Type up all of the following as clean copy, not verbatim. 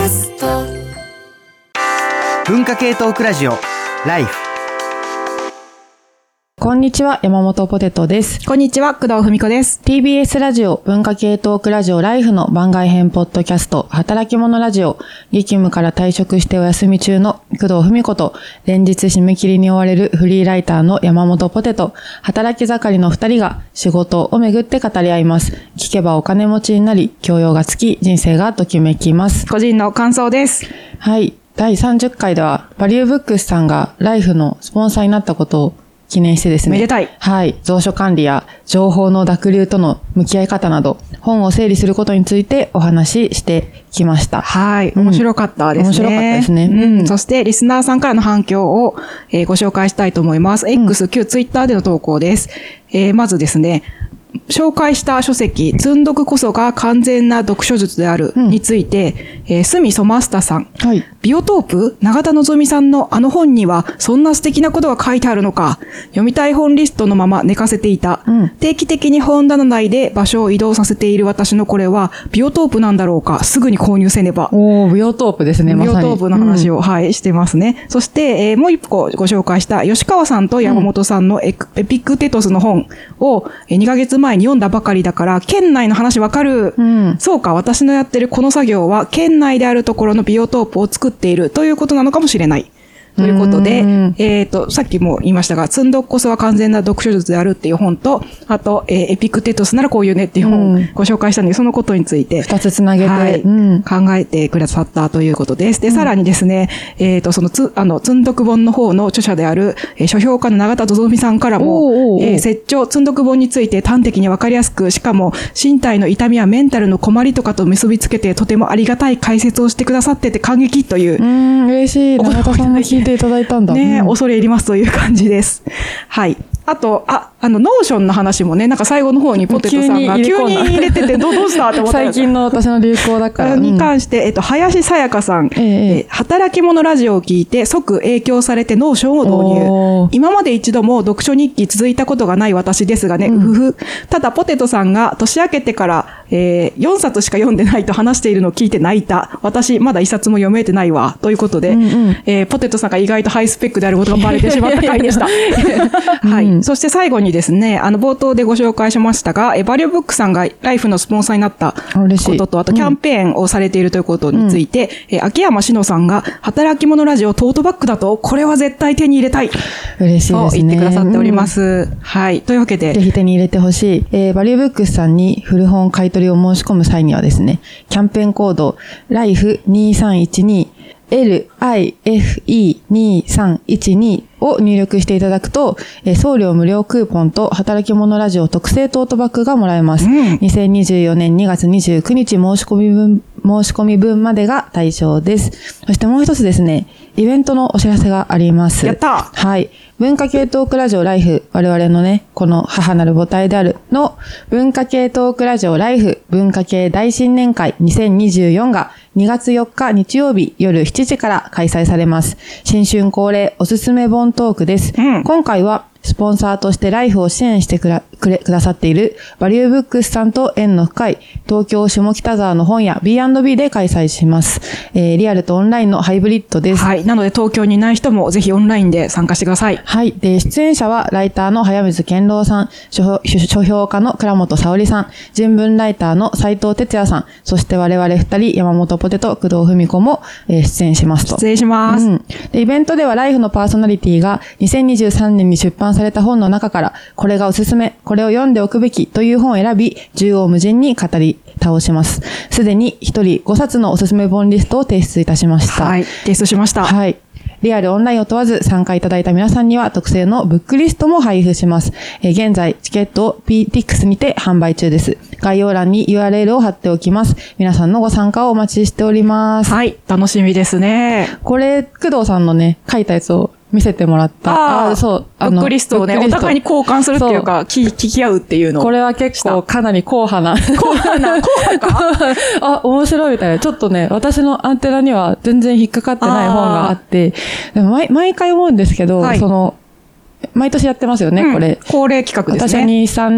ャスト。 文化系トークラジオライフ。 こんにちは、山本ポテトです。 こんにちは、工藤文子です。 TBS ラジオ文化系トークラジオライフの番外編ポッドキャスト働き者ラジオ。激務から退職してお休み中の工藤文子と連日締め切りに追われるフリーライターの山本ポテト、働き盛りの2人が仕事をめぐって語り合います。聞けばお金持ちになり、教養がつき、人生がときめきます。 個人の感想です。 はい、第30回ではバリューブックスさんがライフのスポンサーになったことを記念してですね。 めでたい。 はい。蔵書管理や情報の濁流との向き合い方など、本を整理することについてお話ししてきました。 はい。面白かったですね。 面白かったですね。 うん。そして、リスナーさんからの反響を、ご紹介したいと思います。X、旧ツイッターでの投稿です。まずですね、紹介した書籍、積んどくこそが完全な読書術であるについて、スミソマスタさん、 はい、 ビオトープ永田望さんのあの本にはそんな素敵なことが書いてあるのか、読みたい本リストのまま寝かせていた、定期的に本棚内で場所を移動させている私のこれはビオトープなんだろうか、すぐに購入せねば。 おー、ビオトープですね、まさに。 ビオトープの話を、はい、してますね。そして、もう一個ご紹介した吉川さんと山本さんのエピクテトスの本を2ヶ月前に読んだばかりだから、県内の話わかる、そうか、私のやってるこの作業は県内であるところのビオトープを作っているということなのかもしれない。ということで、さっきも言いましたが、積んどくこそは完全な読書術であるっていう本と、あと、エピクテトスならこういうねっていう本をご紹介したので、そのことについて。 二つつなげて、 はい、考えてくださったということです。で、さらにですね、その積んどく本の方の著者である、書評家の永田望さんからも、積んどく本について端的にわかりやすく、しかも身体の痛みやメンタルの困りとかと結びつけて、とてもありがたい解説をしてくださってて感激という。 嬉しい。永田さんも聞いていただいたんだ。 ね、恐れ入りますという感じです。はい。あと、ノーションの話もね、なんか最後の方にポテトさんが急に入れてて、どうしたって思った。 最近の私の流行だから。 に関して、林さやかさん、働き者ラジオを聞いて即影響されてノーションを導入。今まで一度も読書日記続いたことがない私ですがね、ただポテトさんが年明けてから、4冊しか読んでないと話しているのを聞いて泣いた。私、まだ1冊も読めてないわ。ということで、ポテトさんが意外とハイスペックであることがバレてしまった回でした。はい。そして最後にですね、冒頭でご紹介しましたが、バリューブックさんがライフのスポンサーになったことと、あとキャンペーンをされているということについて、秋山志乃さんが、働き者ラジオトートバッグだと、これは絶対手に入れたい。 嬉しいですね。 と言ってくださっております。はい。というわけで。 ぜひ手に入れてほしい。バリューブックスさんに古本買取を申し込む際にはですね、キャンペーンコード、LIFE2312、LIFE2312 を入力していただくと、送料無料クーポンと働き者ラジオ特製トートバッグがもらえます。2024年2月29日申し込み分までが対象です。そしてもう一つですね、イベントのお知らせがあります。 やったはい。文化系トークラジオライフ、我々のね、この母なる母体であるの文化系トークラジオライフ文化系大新年会2024が2月4日日曜日夜7時から開催されます。新春恒例おすすめ本トークです。今回はスポンサーとしてライフを支援してくださっているバリューブックスさんと縁の深い東京下北沢の本屋 B&B で開催します。リアルとオンラインのハイブリッドです。 はい。なので東京にいない人もぜひオンラインで参加してください。 はい。で、出演者はライターの早水健郎さん、書評家の倉本沙織さん、人文ライターの斉藤哲也さん、そして我々二人山本ポテト、工藤文子も、出演しますと。 出演します。 で、イベントではライフのパーソナリティが2023年に出版された本の中から、これがおすすめ、これを読んでおくべきという本を選び、縦横無尽に語り倒します。すでに一人5冊のおすすめ本リストを提出いたしました。 はい。提出しました。 はい。リアルオンラインを問わず参加いただいた皆さんには特製のブックリストも配布します。現在チケットを PTX にて販売中です。概要欄に URL を貼っておきます。皆さんのご参加をお待ちしております。 はい。楽しみですね。 これ、工藤さんのね、書いたやつを見せてもらった。 そう。ブックリストをね、お互いに交換するっていうか、聞き合うっていうのを。 これは結構かなり硬派な。 硬派かあ、面白いみたいな。ちょっとね、私のアンテナには全然引っかかってない本があって、でも毎回思うんですけど、毎年やってますよね、これ。 恒例企画ですね。 私は2、3年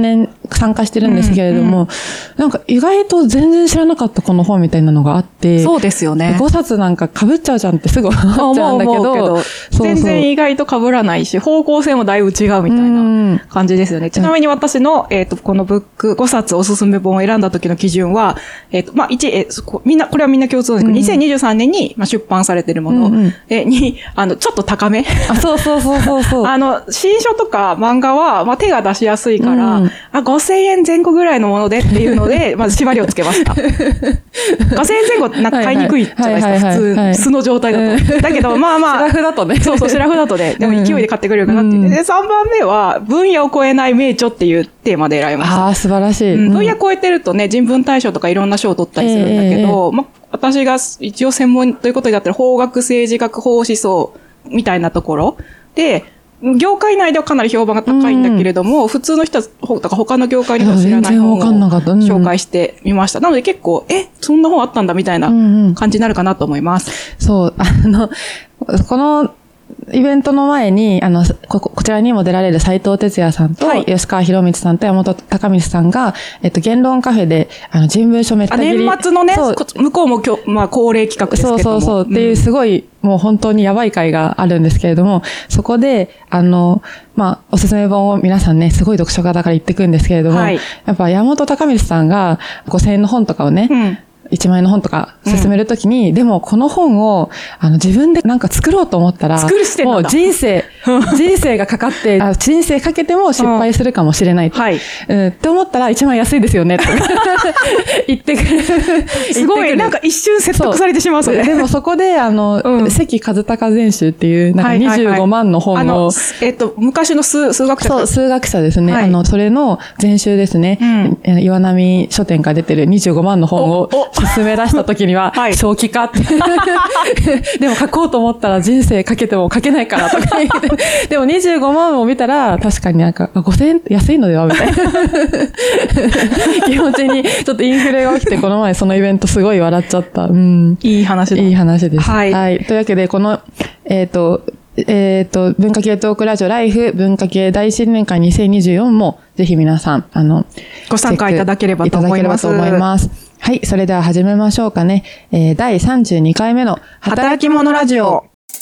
参加してるんですけれども、なんか意外と全然知らなかったこの本みたいなのがあって。 そうですよね。 5冊なんか被っちゃうじゃんってすぐ思っちゃうんだけど。 全然意外と被らないし、方向性もだいぶ違うみたいな感じですよね。ちなみに私の、このブック5冊おすすめ本を選んだ時の基準は、まあ、みんな、これはみんな共通なんですけど、2023年に出版されているものに、ちょっと高め。 そうそうそうそうそう。 新書とか漫画は、まあ、手が出しやすいから、5000円前後ぐらいのものでっていうので、まず縛りをつけました。5000円前後なんか買いにくいじゃないですか、普通、素の状態だと。だけど、まあまあ。 シラフだとね。 そうそう、シラフだとね。でも勢いで買ってくれるかなって言って。で、3番目は、分野を超えない名著っていうテーマで選びました。 ああ、素晴らしい。 分野超えてるとね、人文大賞とかいろんな賞を取ったりするんだけど、まあ、私が一応専門ということになってる法学、政治学、法思想みたいなところで、業界内ではかなり評判が高いんだけれども、普通の人は、とか他の業界の人は知らない本を紹介してみました。なので結構、そんな本あったんだみたいな感じになるかなと思います。 そう、この、イベントの前に、こちらにも出られる斉藤哲也さんと、吉川博光さんと山本隆光さんが、言論カフェで、人文書めった切り。 年末のね、向こうもまあ、恒例企画ですけども。 そうそうそう。っていうすごい、もう本当にやばい会があるんですけれども、そこで、まあ、おすすめ本を皆さんね、すごい読書家だから言ってくんですけれども、やっぱ山本隆光さんが5000円の本とかをね、1万円の本とか進めるときに、でもこの本を、自分でなんか作ろうと思ったら、もう人生がかかって、人生かけても失敗するかもしれない。って思ったら1万安いですよね、って言ってくる。 すごい、なんか一瞬説得されてしまうそれ。 でもそこで、関和孝全集っていう、なんか25万の本を、 昔の数学者。 そう、数学者ですね。それの全集ですね。岩波書店から出てる25万の本を、進め出した時には、正気かって。でも書こうと思ったら人生かけても書けないからとか言って。でも25万を見たら、確かになんか5000円安いのではみたいな気持ちに、ちょっとインフレが起きて、この前そのイベントすごい笑っちゃった。 いい話だ。 いい話です。はい。というわけで、この、文化系トークラジオライフ文化系大新年会2024も、ぜひ皆さん、 ご参加いただければと思います。 はい。それでは始めましょうかね。第32回目の働き者ラジオ。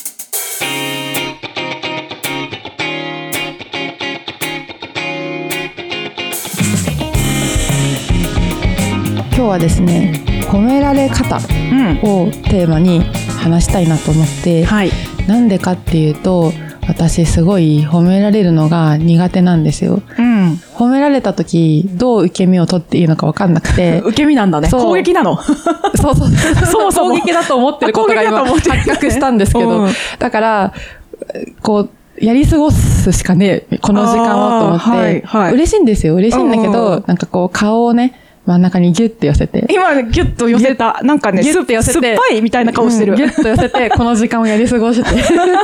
今日はですね、褒められ方をテーマに話したいなと思って、なんでかっていうと、私すごい褒められるのが苦手なんですよ。褒められた時どう受け身を取っていいのか分かんなくて。 受け身なんだね。攻撃なの。 そう。そもそも攻撃だと思ってることが今発覚したんですけど。だから、こう、やり過ごすしかねえ、この時間をと思って。嬉しいんですよ。嬉しいんだけど、なんかこう顔をね、真ん中にギュッて寄せて。 今ギュッと寄せた。なんかね、 ギュッて寄せて。 酸っぱいみたいな顔してる。 ギュッと寄せて、この時間をやり過ごして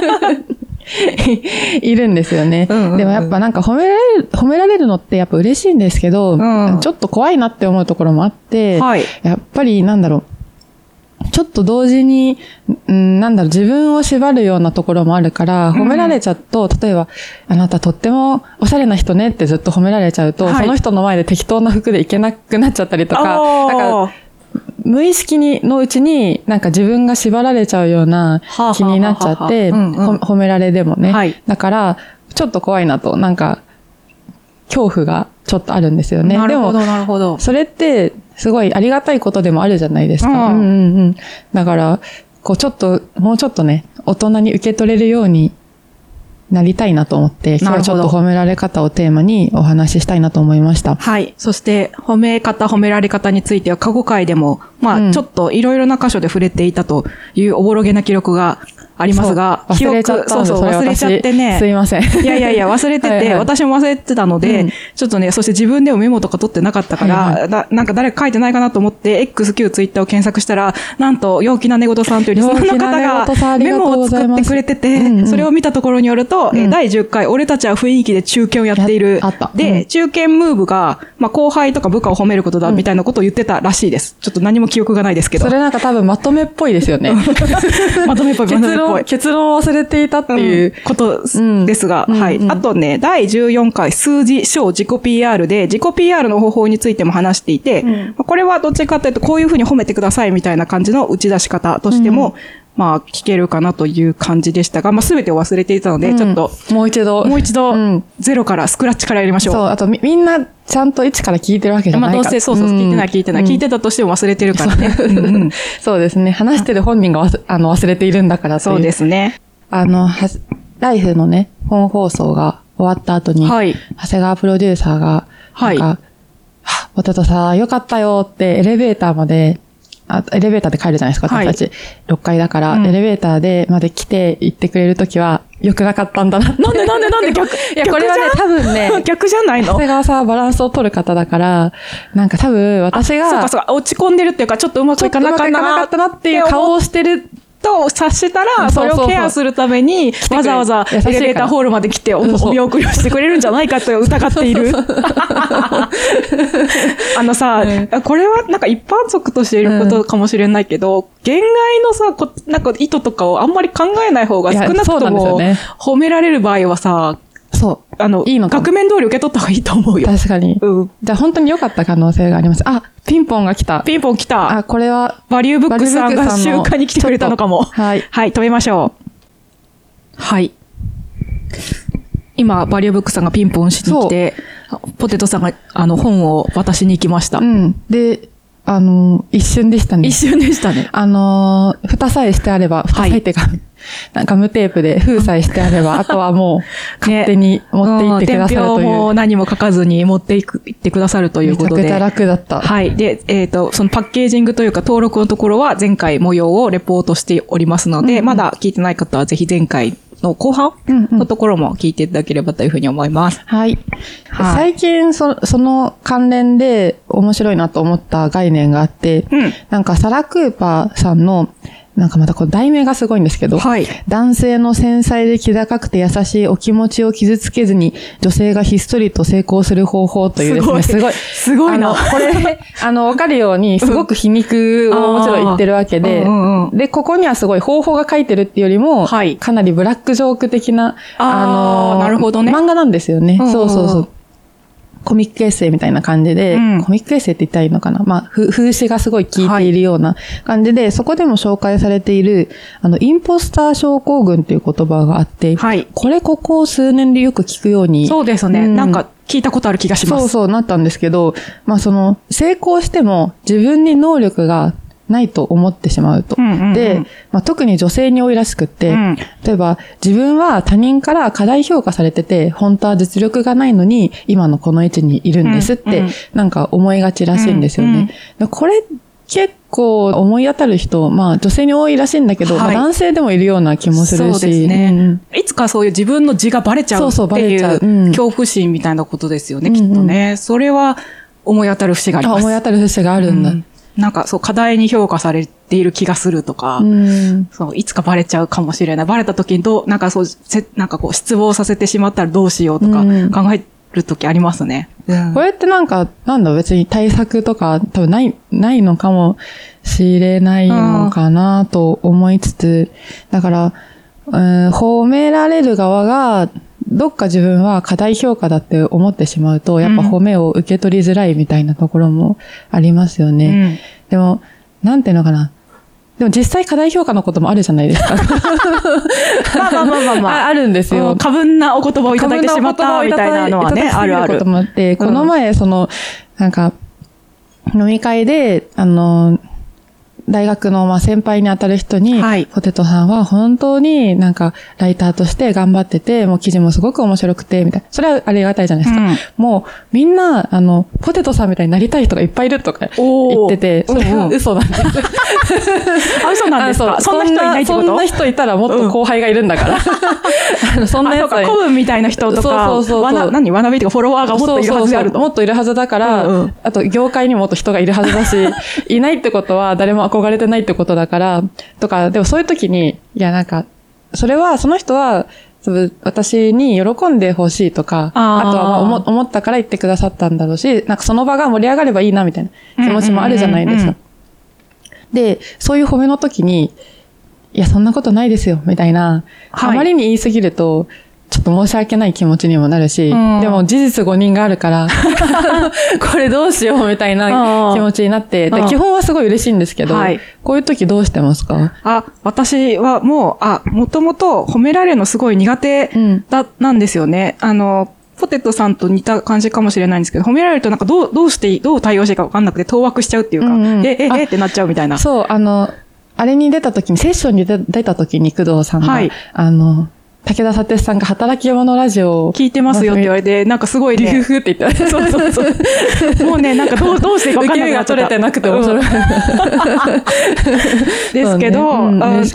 いるんですよね。でもやっぱなんか褒められるのってやっぱ嬉しいんですけど、ちょっと怖いなって思うところもあって、やっぱりなんだろう。ちょっと同時に、自分を縛るようなところもあるから、褒められちゃうと、例えば、あなたとってもおしゃれな人ねってずっと褒められちゃうと、その人の前で適当な服でいけなくなっちゃったりとか、だから無意識のうちになんか自分が縛られちゃうような気になっちゃって、褒められでもね。だから、ちょっと怖いなと、なんか、恐怖がちょっとあるんですよね。 なるほど、なるほど。 それって、すごいありがたいことでもあるじゃないですか。だから、こうもうちょっとね、大人に受け取れるようになりたいなと思って、今日はちょっと褒められ方をテーマにお話ししたいなと思いました。 はい。そして、褒められ方については過去回でも、ちょっといろいろな箇所で触れていたというおぼろげな記録がありますが、 忘れちゃったんです。 忘れちゃってね。 すいません。 いや、忘れてて、私も忘れてたので、ちょっとね、そして自分でもメモとか取ってなかったから、なんか誰か書いてないかなと思って、XQ ツイッターを検索したら、なんと、陽気な寝言さんというリスナーの方がメモを作ってくれてて、それを見たところによると、第10回、俺たちは雰囲気で中堅をやっている。で、中堅ムーブが、後輩とか部下を褒めることだ、みたいなことを言ってたらしいです。ちょっと何も記憶がないですけど。 それなんか多分まとめっぽいですよね。 まとめっぽい。 結論結論を忘れていたっていうことですが、はい。あとね、第14回数字、小、自己 PR で、自己 PR の方法についても話していて、これはどっちかというと、こういうふうに褒めてくださいみたいな感じの打ち出し方としても、まあ、聞けるかなという感じでしたが、まあ、すべてを忘れていたので、ちょっと、 もう一度、 ゼロから、スクラッチからやりましょう。 そう、あとみんな、ちゃんと一から聞いてるわけじゃないから。 まあ、どうせ、そう、聞いてない。聞いてたとしても忘れてるからね。 そうですね。話してる本人が忘れているんだからそうですね。 ライフのね、本放送が終わった後に、長谷川プロデューサーが、ポテトさ、よかったよってエレベーターまで、エレベーターで帰るじゃないですか、私たち。6階だから、エレベーターまで来て行ってくれるときは、良くなかったんだな。 なんで逆いや、これはね、多分ね、 逆じゃないの長谷川さんはバランスを取る方だから、なんか多分私が、 そうか、落ち込んでるっていうか、ちょっとうまくいかなかったなっていう顔をしてると察したら、それをケアするために、わざわざエレベーターホールまで来てお見送りをしてくれるんじゃないかと疑っている。これはなんか一般則としていることかもしれないけど、限界のさ、なんか意図とかをあんまり考えない方が少なくとも褒められる場合はさ、 そう。いいのか。 額面通り受け取った方がいいと思うよ。 確かに。じゃあ本当に良かった可能性があります。ピンポンが来た。 ピンポン来た。 これは、 バリューブックさんが週刊に来てくれたのかも。はい。はい、止めましょう。はい。今、バリューブックさんがピンポンしに来て、ポテトさんが、本を渡しに行きました。 で、一瞬でしたね。 一瞬でしたね。 蓋さえしてあれば、蓋さえってか、ガムテープで封さえしてあれば、あとはもう、勝手に持って行ってくださるという。 伝票も何も書かずに持って行ってくださるということで。 めちゃくちゃ楽だった。 はい。で、そのパッケージングというか登録のところは前回模様をレポートしておりますので、まだ聞いてない方はぜひ前回の後半のところも聞いていただければというふうに思います。 はい。最近、その関連で面白いなと思った概念があって、なんかサラ・クーパーさんの、なんかまたこの題名がすごいんですけど、男性の繊細で気高くて優しいお気持ちを傷つけずに女性がひっそりと成功する方法というですね、 すごいな。 これ、わかるようにすごく皮肉をもちろん言ってるわけで、で、ここにはすごい方法が書いてるっていうよりも、かなりブラックジョーク的な、 なるほどね。 漫画なんですよね。そう。コミックエッセイみたいな感じで、コミックエッセイって言ったらいいのかな、まあ、風刺がすごい効いているような感じで、そこでも紹介されている、インポスター症候群っていう言葉があって、ここ数年でよく聞くように。そうですね。なんか聞いたことある気がします。 そう、なったんですけど、まあ成功しても自分に能力がないと思ってしまうと。で、まあ、特に女性に多いらしくって、例えば自分は他人から過大評価されてて、本当は実力がないのに今のこの位置にいるんですって、なんか思いがちらしいんですよね。これ結構思い当たる人、まあ女性に多いらしいんだけど、まあ男性でもいるような気もするし。 そうですね。いつかそういう自分の字がバレちゃうっていう恐怖心みたいなことですよね、きっとね。それは思い当たる節があります。 思い当たる節があるんだ。 なんか課題に評価されている気がするとか、いつかバレちゃうかもしれない。バレた時になんか失望させてしまったらどうしようとか考える時ありますね。 これって別に対策とか多分ないのかもしれないのかなと思いつつ、だから、褒められる側が、どっか自分は過大評価だって思ってしまうと、やっぱ褒めを受け取りづらいみたいなところもありますよね。でも、なんていうのかな。でも実際過大評価のこともあるじゃないですか。まあ。あるんですよ。 過分なお言葉をいただいてしまったみたいなのはね、あるある。 こともあって、この前、なんか、飲み会で、大学の先輩に当たる人に、ポテトさんは本当になんかライターとして頑張ってて、もう記事もすごく面白くて、みたいな。それはありがたいじゃないですか。もうみんな、ポテトさんみたいになりたい人がいっぱいいるとか言ってて、それは嘘なんです。 嘘なんですか？そんな人いないってこと？ そんな人いたらもっと後輩がいるんだから。そんなやつは。 古文みたいな人とか、学びとかフォロワーがもっといるはずであると。 もっといるはずだから、あと業界にももっと人がいるはずだし、いないってことは誰も憧れてないってことだから、とか、でもそういう時に、いやなんか、その人は、私に喜んでほしいとか、あとは思ったから言ってくださったんだろうし、なんかその場が盛り上がればいいなみたいな気持ちもあるじゃないですか。で、そういう褒めの時に、 いや、そんなことないですよ、みたいな、 はい、 あまりに言い過ぎると、ちょっと申し訳ない気持ちにもなるし、でも事実誤認があるから、これどうしようみたいな気持ちになって、基本はすごい嬉しいんですけど、はい、こういう時どうしてますか？ 私はもともと褒められるのすごい苦手なんですよね。ポテトさんと似た感じかもしれないんですけど、褒められるとなんかどう対応していいか分かんなくて当惑しちゃうっていうか、ってなっちゃうみたいな。 そう、あれに出た時に、セッションに出た時に工藤さんが、はい、武田佐哲さんが働き者ラジオを聞いてますよって言われて、なんかすごいね。 リフフって言って。そうそうそう。 もうね、なんかどうしていいか分かんなくなっちゃった。受け身が取れてなくて面白い。 ですけど、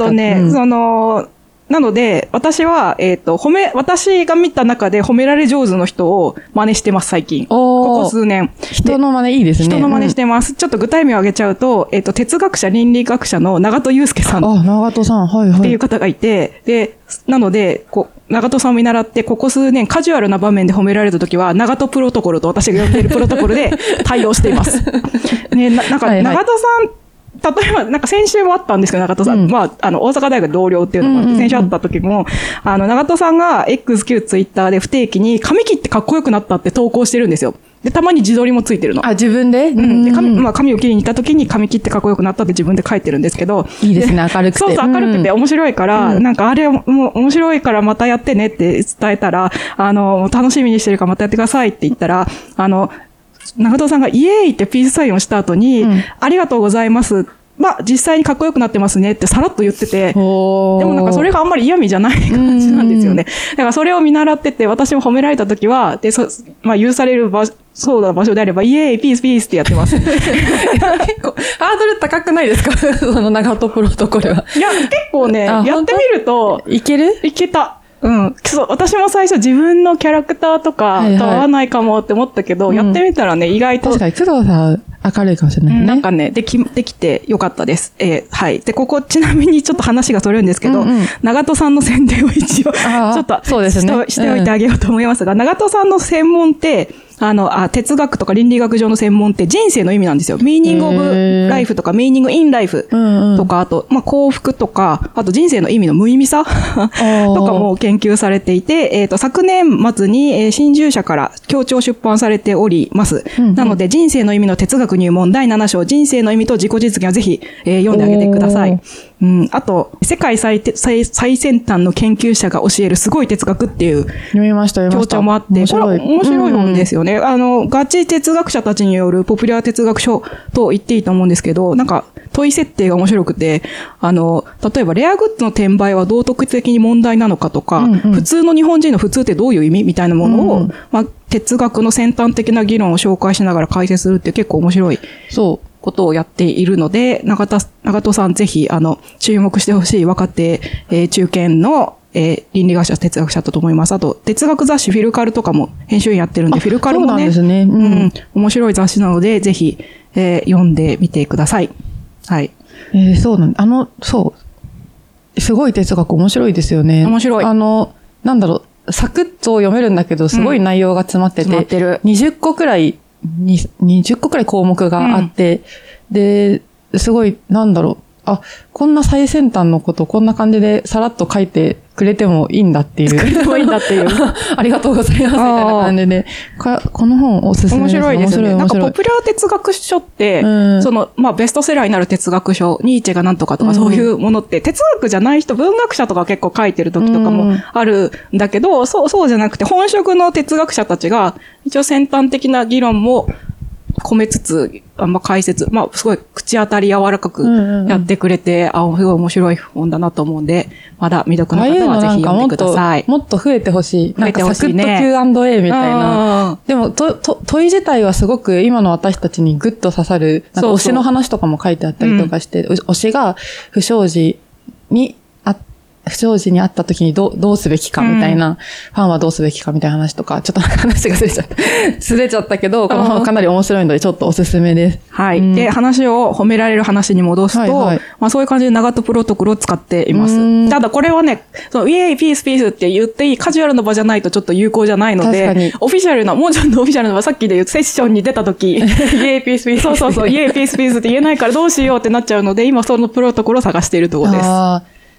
なので、私は、私が見た中で褒められ上手の人を真似してます、最近。ここ数年。 人の真似いいですね。 人の真似してます。ちょっと具体名を挙げちゃうと、哲学者、倫理学者の長戸祐介さん。 長戸さん、はいはい。 っていう方がいて、で、なので、長戸さんを見習って、ここ数年カジュアルな場面で褒められたときは、長戸プロトコルと私が呼んでいるプロトコルで対応しています。ね、なんか、長戸さん、例えば、なんか先週もあったんですけど、長戸さん。大阪大学同僚っていうのもあって、先週あった時も、長戸さんが XQ ツイッターで不定期に髪切ってかっこよくなったって投稿してるんですよ。で、たまに自撮りもついてるの。 自分で？ で、髪を切りに行った時に髪切ってかっこよくなったって自分で書いてるんですけど。 いいですね、明るくて。 そうそう、明るくて面白いから、なんかあれも面白いからまたやってねって伝えたら、楽しみにしてるからまたやってくださいって言ったら、長戸さんがイエーイってピースサインをした後に、ありがとうございます。実際にかっこよくなってますねってさらっと言ってて、でもなんかそれがあんまり嫌味じゃない感じなんですよね。だからそれを見習ってて、私も褒められた時は、で、許されるそうな場所であれば、イエーイ、ピースピースってやってます。結構、ハードル高くないですか？その長戸プロトコルは。 いや、結構ね、やってみると、 いけた。そう、私も最初自分のキャラクターとかと合わないかもって思ったけど、やってみたらね、意外と。 確かに、工藤さん明るいかもしれないね。 なんかね、できてよかったです。はい。で、ここちなみにちょっと話がそれるんですけど、長戸さんの宣伝を一応、ちょっと、 そうですね。 しておいてあげようと思いますが、長戸さんの専門って、哲学とか倫理学上の専門って人生の意味なんですよ。ミーニングオブライフとか、ミーニングインライフとか、あと、幸福とか、あと人生の意味の無意味さとかも研究されていて、昨年末に、新従者から協調出版されております。なので、人生の意味の哲学入門第7章、人生の意味と自己実現はぜひ、読んであげてください。あと、世界最先端の研究者が教えるすごい哲学っていう強調もあって、これ面白い本ですよね。ガチ哲学者たちによるポピュラー哲学書と言っていいと思うんですけど、なんか問い設定が面白くて、例えばレアグッズの転売は道徳的に問題なのかとか、普通の日本人の普通ってどういう意味みたいなものを、哲学の先端的な議論を紹介しながら解説するって結構面白い。ことをやっているので、長戸さんぜひ、注目してほしい若手、中堅の、倫理学者、哲学者だと思います。あと、哲学雑誌フィルカルとかも編集員やってるんで、フィルカルもね、面白い雑誌なので、ぜひ、読んでみてください。はい。 そうなんすごい哲学面白いですよね。 面白い。 なんだろう、サクッと読めるんだけど、すごい内容が詰まってて、20個くらい項目があって、で、すごい、なんだろう、こんな最先端のことこんな感じでさらっと書いてくれてもいいんだっていう。ありがとうございますみたいな感じで。この本おすすめです。 面白いですよね。なんかポピュラー哲学書って、ベストセラーになる哲学書、ニーチェがなんとかとかそういうものって、哲学じゃない人、文学者とか結構書いてる時とかもあるんだけど、そうじゃなくて本職の哲学者たちが一応先端的な議論も込めつつ、解説、すごい口当たり柔らかくやってくれて、すごい面白い本だなと思うんで、まだ未読の方はぜひ読んでください。 もっと増えてほしい。なんかサクッと Q&A みたいな。でも、問い自体はすごく今の私たちにグッと刺さる、なんか推しの話とかも書いてあったりとかして、推しが不祥事にあった時にどうすべきかみたいな、ファンはどうすべきかみたいな話とか、ちょっと話がずれちゃったけど、この本かなり面白いのでちょっとおすすめです。 はい。で、話を褒められる話に戻すと、そういう感じで長戸プロトコルを使っています。ただこれはね、イエーイピースピースって言っていいカジュアルの場じゃないとちょっと有効じゃないので、もうちょっとオフィシャルな場、さっきで言うセッションに出た時、イエーイピースピース。そう、イエーイピースピースって言えないからどうしようってなっちゃうので、今そのプロトコルを探しているところです。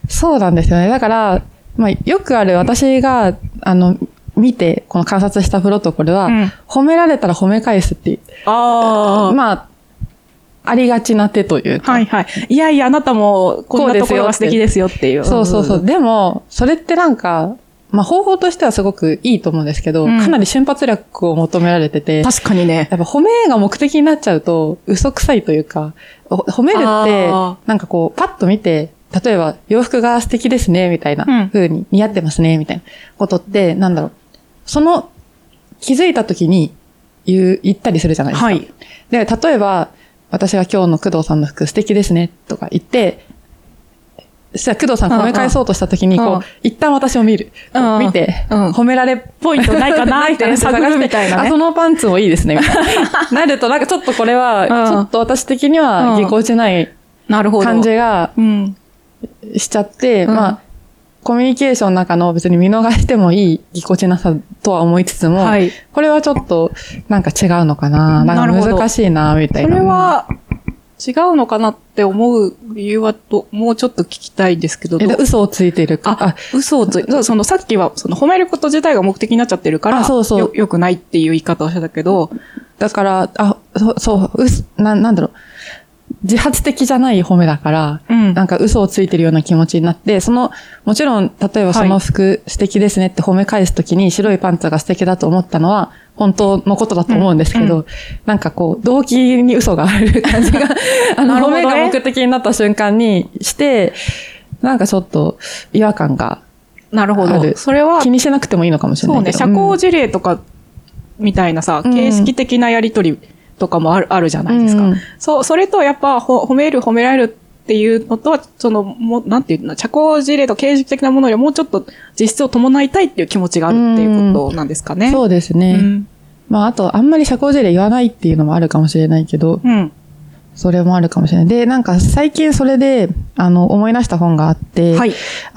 そうなんですよね。だから、まあ、よくある私が、見て、この観察したプロトコルは、褒められたら褒め返すっていう。まあ、ありがちな手というか。 はいはい。いやいや、あなたもこんなところが素敵ですよっていう。 そうそうそう。でも、それってなんか、まあ方法としてはすごくいいと思うんですけど、かなり瞬発力を求められてて。 確かにね。 やっぱ褒めが目的になっちゃうと、嘘くさいというか、褒めるって、なんかこう、パッと見て、例えば洋服が素敵ですね、みたいな風に似合ってますね、みたいなことって、なんだろう。その、気づいた時に言ったりするじゃないですか。はい。で、例えば、私が今日の工藤さんの服素敵ですね、とか言って、そしたら工藤さん褒め返そうとした時に、こう、一旦私を見る。見て、褒められポイントないかなって探るみたいな、ね。あ、そのパンツもいいですね、みたいな。なると、なんかちょっとこれは、ちょっと私的にはぎこちない感じがしちゃって、まあ、コミュニケーションの中の別に見逃してもいいぎこちなさとは思いつつも、はい、これはちょっとなんか違うのかな、なんか難しいな、みたいな。 それは違うのかなって思う理由はもうちょっと聞きたいんですけど。 嘘をついてるか。 嘘をついてる。さっきは褒めること自体が目的になっちゃってるから、よくないっていう言い方をしてたけど。 だから、なんだろう。自発的じゃない褒めだから、なんか嘘をついてるような気持ちになって、もちろん、例えばその服素敵ですねって褒め返すときに白いパンツが素敵だと思ったのは、本当のことだと思うんですけど、なんかこう、動機に嘘がある感じが、褒めが目的になった瞬間にして、なんかちょっと違和感がある。 なるほど。それは、 気にしなくてもいいのかもしれないけど。 そうね、社交辞令とか、みたいなさ、形式的なやりとり、とかもあるじゃないですか。それとやっぱ褒められるっていうのとは、なんていうの、社交辞令と形式的なものよりもうちょっと実質を伴いたいっていう気持ちがあるっていうことなんですかね。 そうですね。まああと、あんまり社交辞令言わないっていうのもあるかもしれないけど、それもあるかもしれない。で、なんか最近それで、思い出した本があって、はい、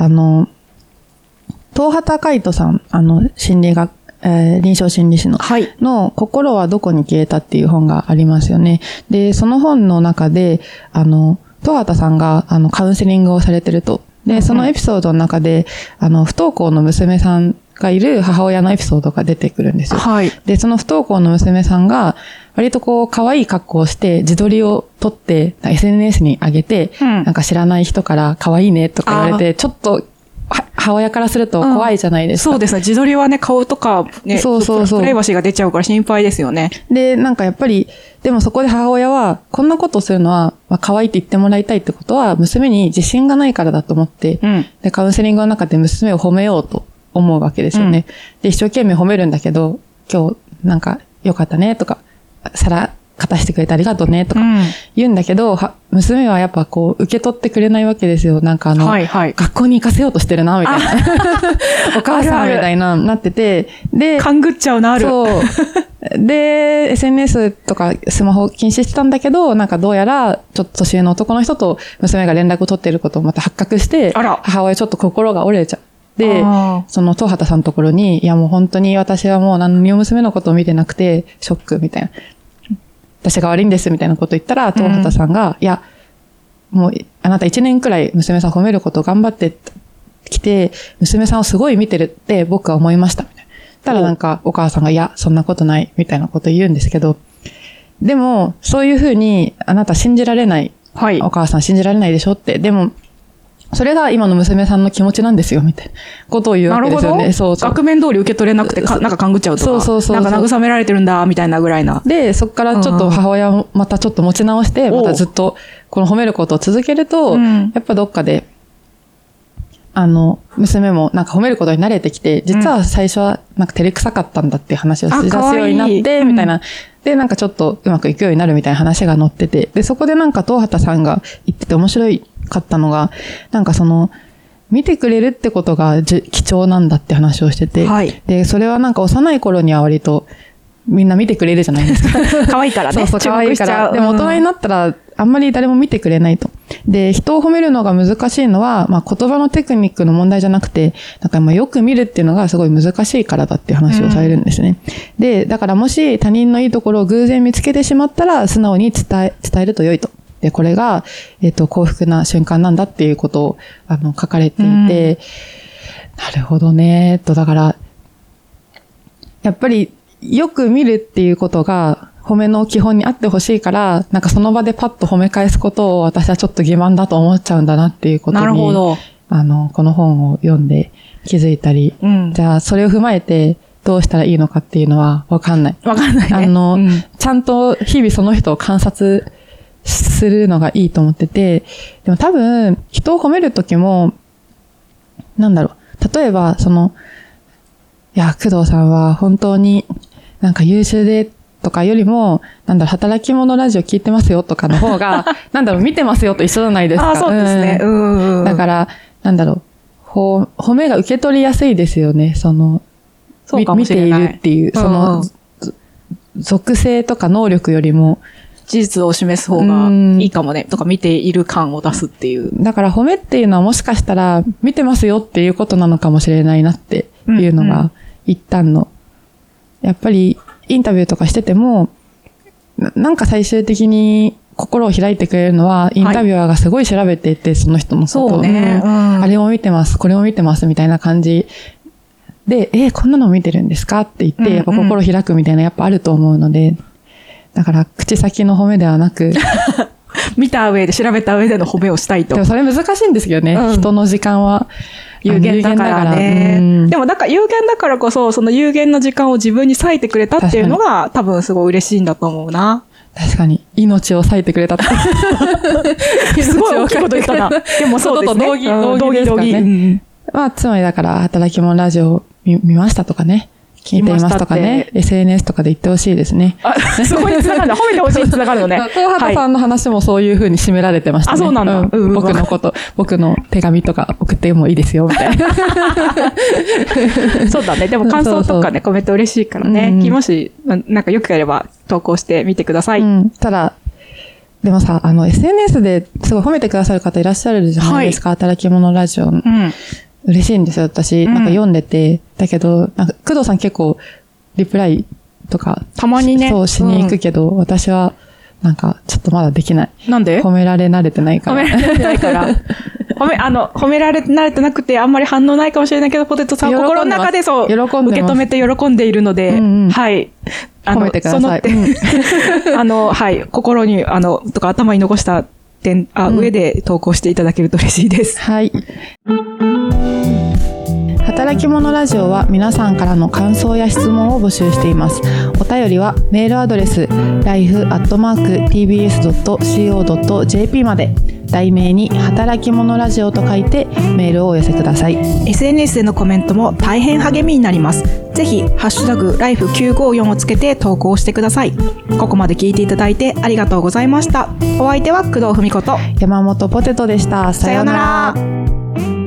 東畑海人さん、心理学、臨床心理士の、の心はどこに消えたっていう本がありますよね。で、その本の中で、東畑さんが、カウンセリングをされてると。で、そのエピソードの中で、不登校の娘さんがいる母親のエピソードが出てくるんですよ。はい。で、その不登校の娘さんが、割とこう、可愛い格好をして、自撮りを撮って、SNS に上げて、なんか知らない人から可愛いねとか言われて、ちょっと、母親からすると怖いじゃないですか。 そうですね。自撮りはね、顔とかね、そうプライバシーが出ちゃうから心配ですよね。 で、なんかやっぱり、でもそこで母親は、こんなことをするのは、まあ、可愛いって言ってもらいたいってことは、娘に自信がないからだと思って、で、カウンセリングの中で娘を褒めようと思うわけですよね。で、一生懸命褒めるんだけど、今日なんか良かったねとか、皿片してくれてありがとうねとか言うんだけど、娘はやっぱこう受け取ってくれないわけですよ。なんか学校に行かせようとしてるな、みたいな。お母さんみたいな、なってて。で、 勘ぐっちゃうな、 そう。で、SNS とかスマホ禁止してたんだけど、なんかどうやらちょっと年上の男の人と娘が連絡を取っていることをまた発覚して、母親ちょっと心が折れちゃう。で、その東畑さんのところに、いやもう本当に私はもう何も娘のことを見てなくて、ショックみたいな。私が悪いんですみたいなこと言ったら、東畑さんが、いや、もう、あなた1年くらい娘さん褒めることを頑張ってきて、娘さんをすごい見てるって僕は思いました。みたいな。たらなんかお母さんが、いや、そんなことないみたいなこと言うんですけど、でも、そういうふうに、あなた信じられない。はい。お母さん信じられないでしょって。でも、それが今の娘さんの気持ちなんですよ、みたいなことを言うわけですよね。なるほど。 そうそう。額面通り受け取れなくてなんか勘ぐっちゃうとか。そう。なんか慰められてるんだ、みたいなぐらいな。 で、そっからちょっと母親をまたちょっと持ち直して、またずっとこの褒めることを続けると、やっぱどっかで、娘もなんか褒めることに慣れてきて、実は最初はなんか照れくさかったんだっていう話をし出すようになって、みたいな。で、なんかちょっとうまくいくようになるみたいな話が載ってて、で、そこでなんか東畑さんが言ってて面白かったのが、なんか見てくれるってことが貴重なんだって話をしてて、はい。で、それはなんか幼い頃には割とみんな見てくれるじゃないですか。 可愛いからね。 そう、可愛いから。でも大人になったらあんまり誰も見てくれないと。で、人を褒めるのが難しいのは、まあ言葉のテクニックの問題じゃなくて、なんかよく見るっていうのがすごい難しいからだっていう話をされるんですね。で、だからもし他人のいいところを偶然見つけてしまったら素直に伝えると良いと。 で、これが、幸福な瞬間なんだっていうことを、書かれていて、なるほどね、だから、やっぱり、よく見るっていうことが、褒めの基本にあってほしいから、なんかその場でパッと褒め返すことを私はちょっと欺瞞だと思っちゃうんだなっていうことに、 なるほど。 この本を読んで気づいたり、じゃあそれを踏まえてどうしたらいいのかっていうのはわかんない。 わかんないね。 ちゃんと日々その人を観察するのがいいと思ってて、でも多分人を褒めるときも、なんだろう、例えばいや、工藤さんは本当になんか優秀でとかよりも、なんだろう、働き者ラジオ聞いてますよとかの方が、なんだろう、見てますよと一緒じゃないですか。 そうですね。 だから、なんだろう、褒めが受け取りやすいですよね。 そうかもしれない。 見ているっていう、属性とか能力よりも、 事実を示す方がいいかもね、とか見ている感を出すっていう。 だから褒めっていうのはもしかしたら、見てますよっていうことなのかもしれないなっていうのが、一旦の。やっぱり、インタビューとかしてても、なんか最終的に心を開いてくれるのは、インタビュアーがすごい調べていて、その人のことを。 そうね。 あれも見てます、これも見てます、みたいな感じで、こんなの見てるんですかって言って、やっぱ心開くみたいなやっぱあると思うので、だから口先の褒めではなく、 見た上で、調べた上での褒めをしたいと。 でもそれ難しいんですけどね、人の時間は。 有限だからね。でもだから有限だからこそ、その有限の時間を自分に割いてくれたっていうのが多分すごい嬉しいんだと思うな。 確かに。命を割いてくれたって。 すごい大きいこと言ったな。でもそうですね。 同義ですからね。まあ、つまりだから、働き者ラジオを見ましたとかね。聞いていますとかね。SNS とかで言ってほしいですね。 そこに繋がるんだ。褒めてほしいに繋がるのね。 東畑さんの話もそういう風に締められてましたね。 そうなんだ。 僕の手紙とか送ってもいいですよ、みたいな。 そうだね。でも感想とかね、コメント嬉しいからね。もし、なんかよくやれば投稿してみてください。 ただ、でもさ、SNS ですごい褒めてくださる方いらっしゃるじゃないですか。働き者ラジオ。嬉しいんですよ、私。なんか読んでて。だけど、なんか、工藤さん結構、リプライとか、 たまにね。 そうしに行くけど、私は、なんか、ちょっとまだできない。 なんで？ 褒められ慣れてないから。 褒められてないから。褒められ慣れてなくて、あんまり反応ないかもしれないけど、ポテトさん心の中でそう、受け止めて喜んでいるので、はい。 褒めてください。 はい。心に、とか頭に残した上で投稿していただけると嬉しいです。 はい。働き者ラジオは皆さんからの感想や質問を募集しています。お便りはメールアドレス life@tbs.co.jp まで、題名に働き者ラジオと書いてメールをお寄せください。 SNS でのコメントも大変励みになります。ぜひハッシュタグlife954をつけて投稿してください。ここまで聞いていただいてありがとうございました。お相手は工藤文子と山本ポテトでした。さようなら。